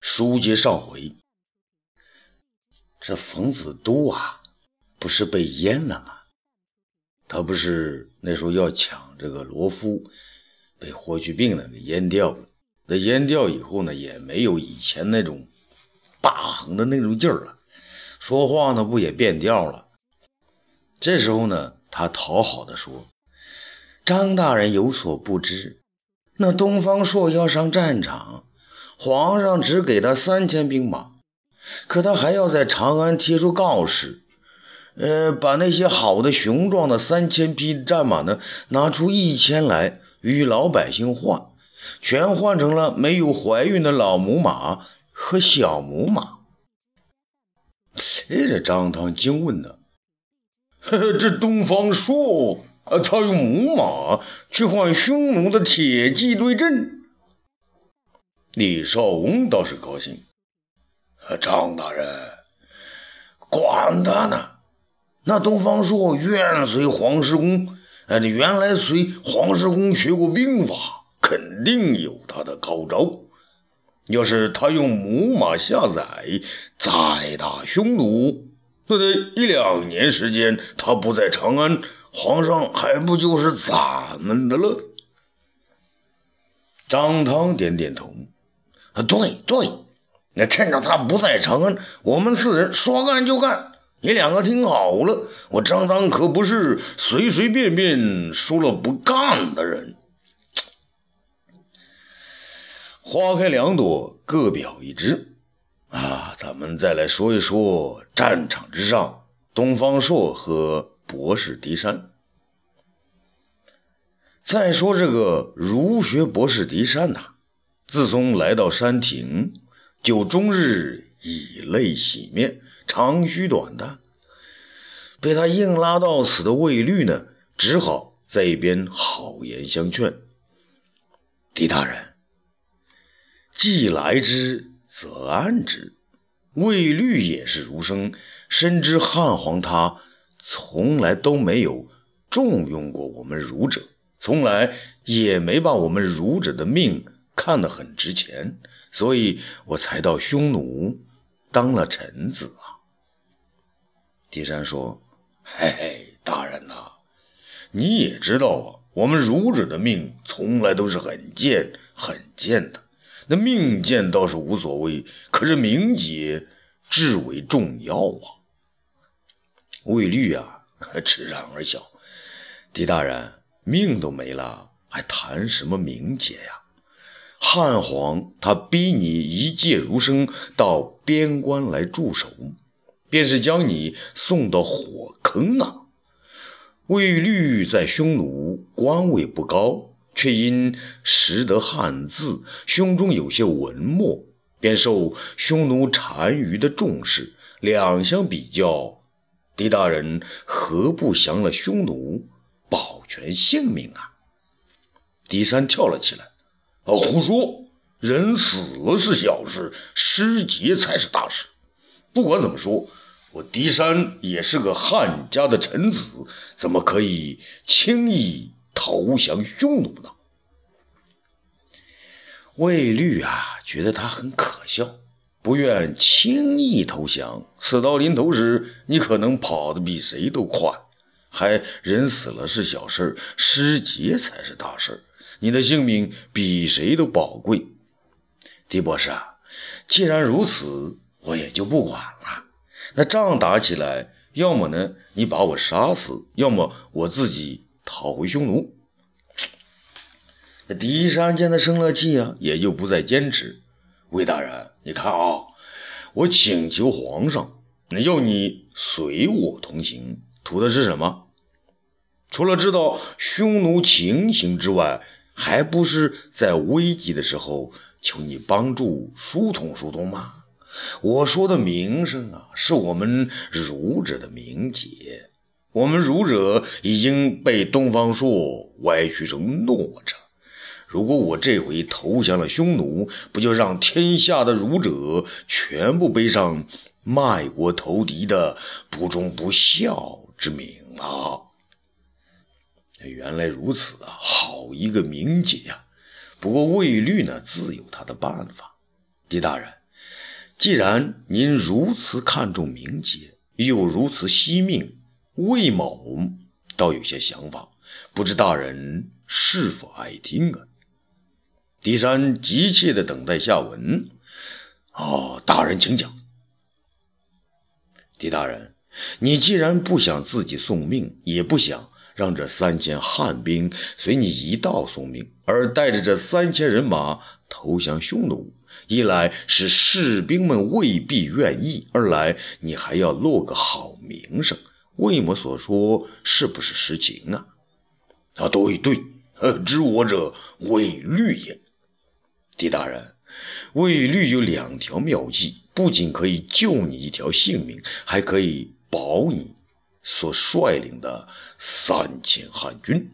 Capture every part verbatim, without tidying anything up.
书接上回，这冯子都啊，不是被阉了吗？他不是那时候要抢这个罗夫，被霍去病呢给阉掉了。那阉掉以后呢，也没有以前那种霸横的那种劲儿了，说话呢不也变调了。这时候呢，他讨好的说：“张大人有所不知，那东方朔要上战场。”皇上只给他三千兵马，可他还要在长安贴出告示，呃，把那些好的雄壮的三千匹战马呢，拿出一千来与老百姓换，全换成了没有怀孕的老母马和小母马。哎，这张汤惊问呢，呵呵，这东方朔啊，他用母马去换匈奴的铁骑对阵。李少翁倒是高兴，张大人，管他呢！那东方朔愿随黄石公，哎，原来随黄石公学过兵法，肯定有他的高招。要是他用母马下载，再打匈奴，那得一两年时间，他不在长安，皇上还不就是咱们的了？张汤点点头。啊，对对，那趁着他不在长安，我们四人说干就干。你两个听好了，我张汤可不是随随便便说了不干的人。花开两朵，各表一枝啊！咱们再来说一说战场之上，东方朔和博士狄山。再说这个儒学博士狄山呐、啊。自从来到山亭，就终日以泪洗面，长吁短叹。被他硬拉到此的魏律呢，只好在一边好言相劝：“狄大人，既来之则安之。魏律也是儒生，深知汉皇他从来都没有重用过我们儒者，从来也没把我们儒者的命看得很值钱，所以我才到匈奴当了臣子啊。”狄山说：“嘿嘿，大人呐、啊，你也知道啊，我们儒者的命从来都是很贱很贱的。那命贱倒是无所谓，可是名节至为重要啊。”魏律啊，嗤然而笑：“狄大人，命都没了，还谈什么名节呀？汉皇他逼你一介儒生到边关来驻守，便是将你送到火坑啊！魏律在匈奴官位不高，却因识得汉字，胸中有些文墨，便受匈奴单于的重视。两相比较，狄大人何不降了匈奴，保全性命啊？”狄山跳了起来：“啊，胡说！人死了是小事，失节才是大事。不管怎么说，我狄山也是个汉家的臣子，怎么可以轻易投降匈奴呢？”魏律啊，觉得他很可笑，不愿轻易投降。死到临头时，你可能跑得比谁都快，还人死了是小事，失节才是大事。你的性命比谁都宝贵。狄博士啊，既然如此，我也就不管了。那仗打起来，要么呢你把我杀死，要么我自己逃回匈奴。那狄山见他生了气啊，也就不再坚持。魏大人，你看啊，我请求皇上，要你随我同行，图的是什么？除了知道匈奴情形之外，还不是在危急的时候求你帮助疏通疏通吗？我说的名声啊，是我们儒者的名节。我们儒者已经被东方朔歪曲成懦者，如果我这回投降了匈奴，不就让天下的儒者全部背上卖国投敌的不忠不孝之名吗？原来如此啊，好一个名节呀！不过魏律呢，自有他的办法。狄大人， 既然您如此看重名节，又如此惜命，魏某倒有些想法，不知大人是否爱听啊？狄山急切地等待下文。哦，大人请讲。狄大人，你既然不想自己送命，也不想让这三千汉兵随你一道送命，而带着这三千人马投降匈奴，一来是士兵们未必愿意，二来你还要落个好名声，魏某所说是不是实情啊？啊，对对，呃，知我者魏律也。狄大人，魏律有两条妙计，不仅可以救你一条性命，还可以保你所率领的三千汉军。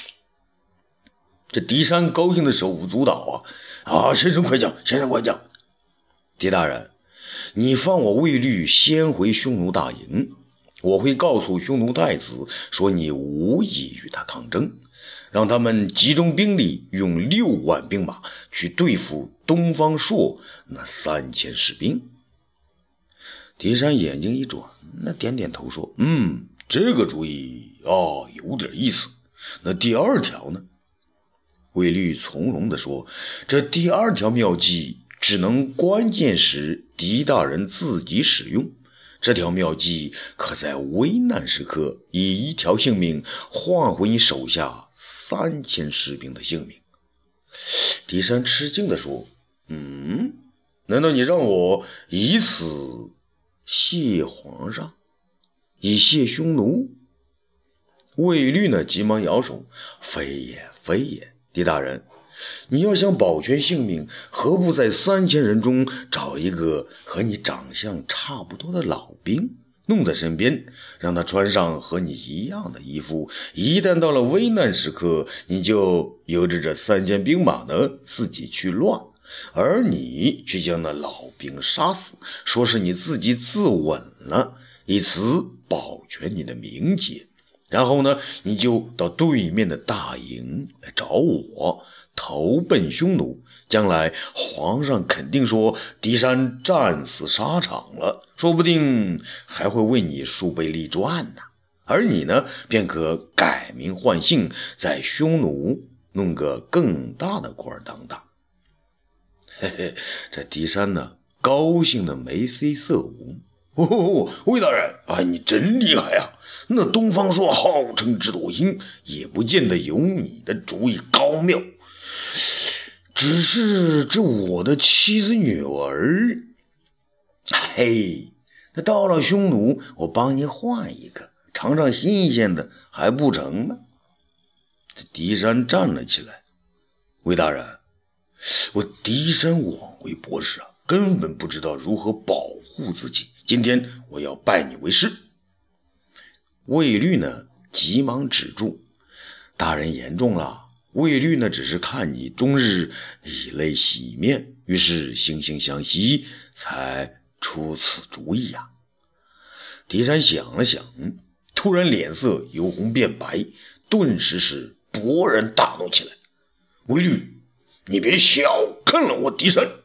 这狄山高兴的手舞足蹈啊！啊，先生快讲，先生快讲。狄大人，你放我魏律先回匈奴大营，我会告诉匈奴太子说你无意与他抗争，让他们集中兵力，用六万兵马去对付东方朔那三千士兵。狄山眼睛一转，那点点头说：嗯，这个主意哦，有点意思。那第二条呢？魏律从容地说：这第二条妙计只能关键时狄大人自己使用，这条妙计可在危难时刻以一条性命换回你手下三千士兵的性命。狄山吃惊地说：嗯，难道你让我以此谢皇上，以谢匈奴？魏律呢急忙摇手：非也非也，狄大人，你要想保全性命，何不在三千人中找一个和你长相差不多的老兵，弄在身边，让他穿上和你一样的衣服，一旦到了危难时刻，你就由着这三千兵马呢自己去乱，而你去将那老兵杀死，说是你自己自刎了，以此保全你的名节。然后呢，你就到对面的大营来找我，投奔匈奴。将来皇上肯定说狄山战死沙场了，说不定还会为你树碑立传呢。而你呢，便可改名换姓，在匈奴弄个更大的官当当。嘿嘿，这狄山呢，高兴的眉飞色舞。哦，魏大人啊，你真厉害啊！那东方朔号称智多星，也不见得有你的主意高妙。只是这我的妻子女儿，嘿，那到了匈奴，我帮你换一个，尝尝新鲜的，还不成吗？这狄山站了起来。魏大人，我狄山枉为博士啊，根本不知道如何保护自己。今天我要拜你为师。魏律呢急忙止住：大人言重了。魏律呢只是看你终日以泪洗面，于是惺惺相惜，才出此主意呀、啊。狄山想了想，突然脸色由红变白，顿时是勃然大怒起来：魏律，你别小看了我狄山！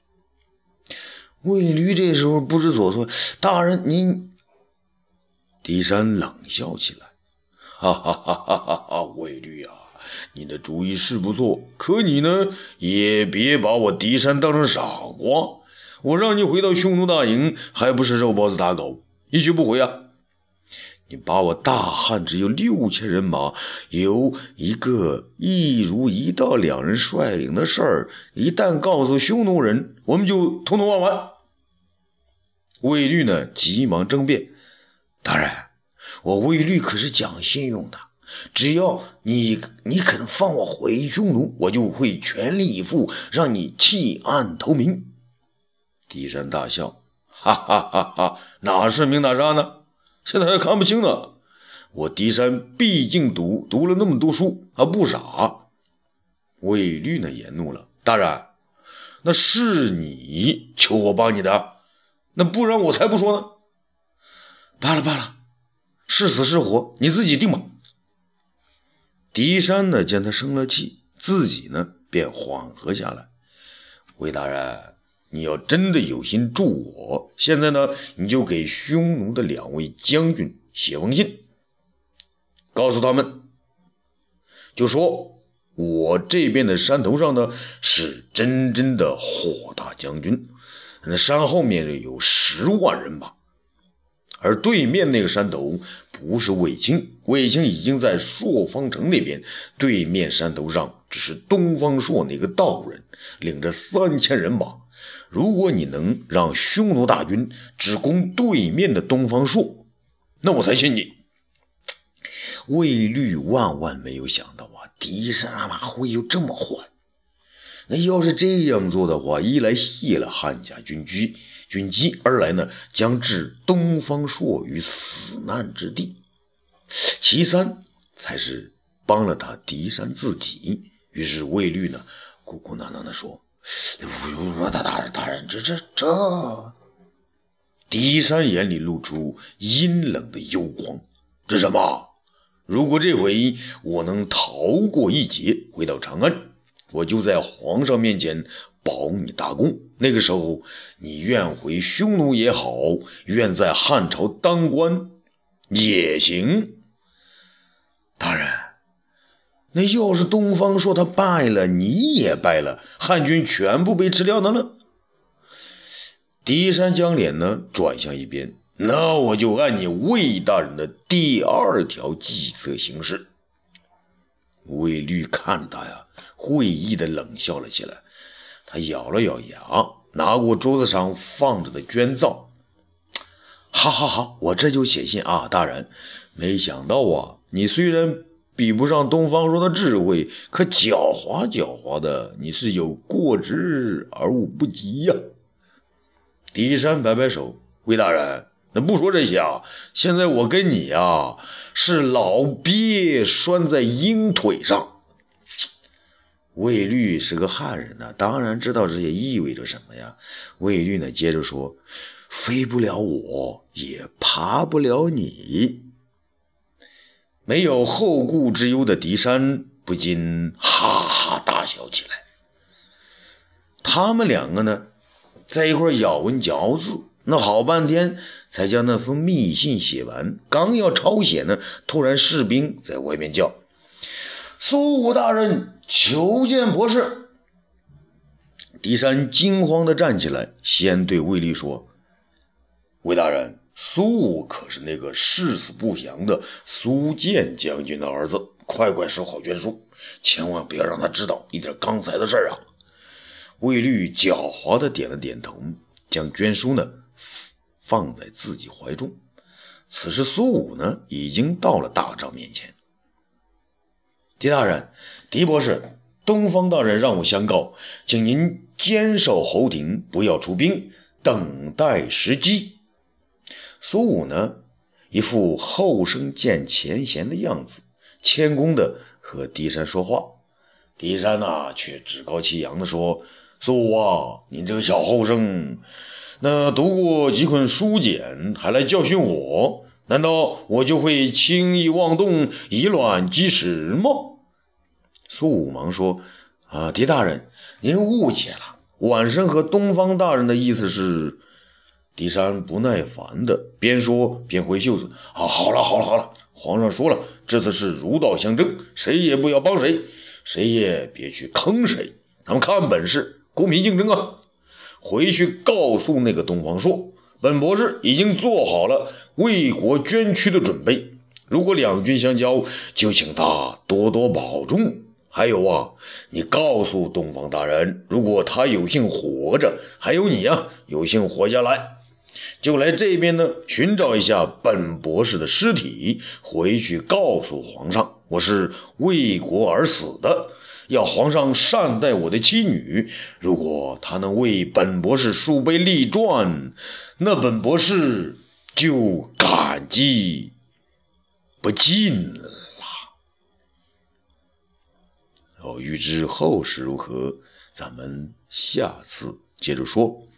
魏律这时候不知所措：大人您……狄山冷笑起来：哈哈哈哈哈哈！魏律啊，你的主意是不错，可你呢也别把我狄山当成傻瓜。我让你回到匈奴大营，还不是肉包子打狗，一去不回啊！你把我大汉只有六千人马，由一个一如一道两人率领的事儿，一旦告诉匈奴人，我们就通通忘完。魏律呢急忙争辩：大人，我魏律可是讲信用的，只要你你肯放我回匈奴，我就会全力以赴让你弃暗投明。狄山大笑：哈哈哈哈，哪是明哪杀呢？现在还看不清呢。我狄山毕竟读读了那么多书，还不傻。魏律呢也怒了：大人，那是你求我帮你的，那不然我才不说呢。罢了罢了，是死是活你自己定吧。狄山呢见他生了气，自己呢便缓和下来：魏大人， 你要真的有心助我，现在呢，你就给匈奴的两位将军写封信，告诉他们，就说我这边的山头上呢是真正的霍大将军，那山后面有十万人马，而对面那个山头不是卫青，卫青已经在朔方城那边，对面山头上只是东方朔那个道人，领着三千人马。如果你能让匈奴大军只攻对面的东方朔，那我才信你。卫律万万没有想到啊，狄山阿玛会有这么坏。那要是这样做的话，一来泄了汉家军机军机，二来呢将置东方朔于死难之地，其三才是帮了他狄山自己。于是卫律呢咕咕囔囔地说，我大大大人，这这这狄山眼里露出阴冷的幽光，这什么？如果这回我能逃过一劫，回到长安，我就在皇上面前保你大功，那个时候你愿回匈奴也好，愿在汉朝当官也行。大人，那要是东方朔他败了，你也败了，汉军全部被吃掉的了。狄山将脸呢转向一边，那我就按你魏大人的第二条计策行事。卫律看他呀，会意的冷笑了起来，他咬了咬牙，拿过桌子上放着的绢皂，好好好，我这就写信啊，大人。没想到啊，你虽然比不上东方朔的智慧，可狡猾狡猾的，你是有过之而无不及呀、啊。狄山摆摆手，魏大人，那不说这些啊，现在我跟你啊是老鳖拴在鹰腿上。卫律是个汉人呢、啊，当然知道这些意味着什么呀。卫律呢接着说，飞不了我，也爬不了你。没有后顾之忧的狄山不禁哈哈大笑起来。他们两个呢在一块咬文嚼字，那好半天才将那封密信写完。刚要抄写呢，突然士兵在外面叫，苏武大人求见博士。狄山惊慌地站起来，先对卫律说，卫大人，苏武可是那个誓死不降的苏建将军的儿子，快快收好绢书，千万不要让他知道一点刚才的事啊。卫律狡猾地点了点头，将绢书呢放在自己怀中。此时苏武呢已经到了大帐面前。狄大人，狄博士，东方大人让我相告，请您坚守侯庭，不要出兵，等待时机。苏武呢一副后生见前贤的样子，谦恭地和狄山说话。狄山啊却趾高气扬地说，苏武啊，您这个小后生，那读过几捆书简还来教训我，难道我就会轻易妄动，以卵击石吗？苏武忙说，啊，狄大人，您误解了，晚生和东方大人的意思是。狄山不耐烦的边说边挥袖子，啊，好了好了好了，皇上说了，这次是儒道相争，谁也不要帮谁，谁也别去坑谁，咱们看本事，公平竞争啊。回去告诉那个东方朔，本博士已经做好了为国捐躯的准备，如果两军相交，就请他多多保重。还有啊，你告诉东方大人，如果他有幸活着，还有你啊有幸活下来，就来这边呢寻找一下本博士的尸体，回去告诉皇上，我是为国而死的，要皇上善待我的妻女，如果他能为本博士树碑立传，那本博士就感激不尽了。哦，欲知后事如何，咱们下次接着说。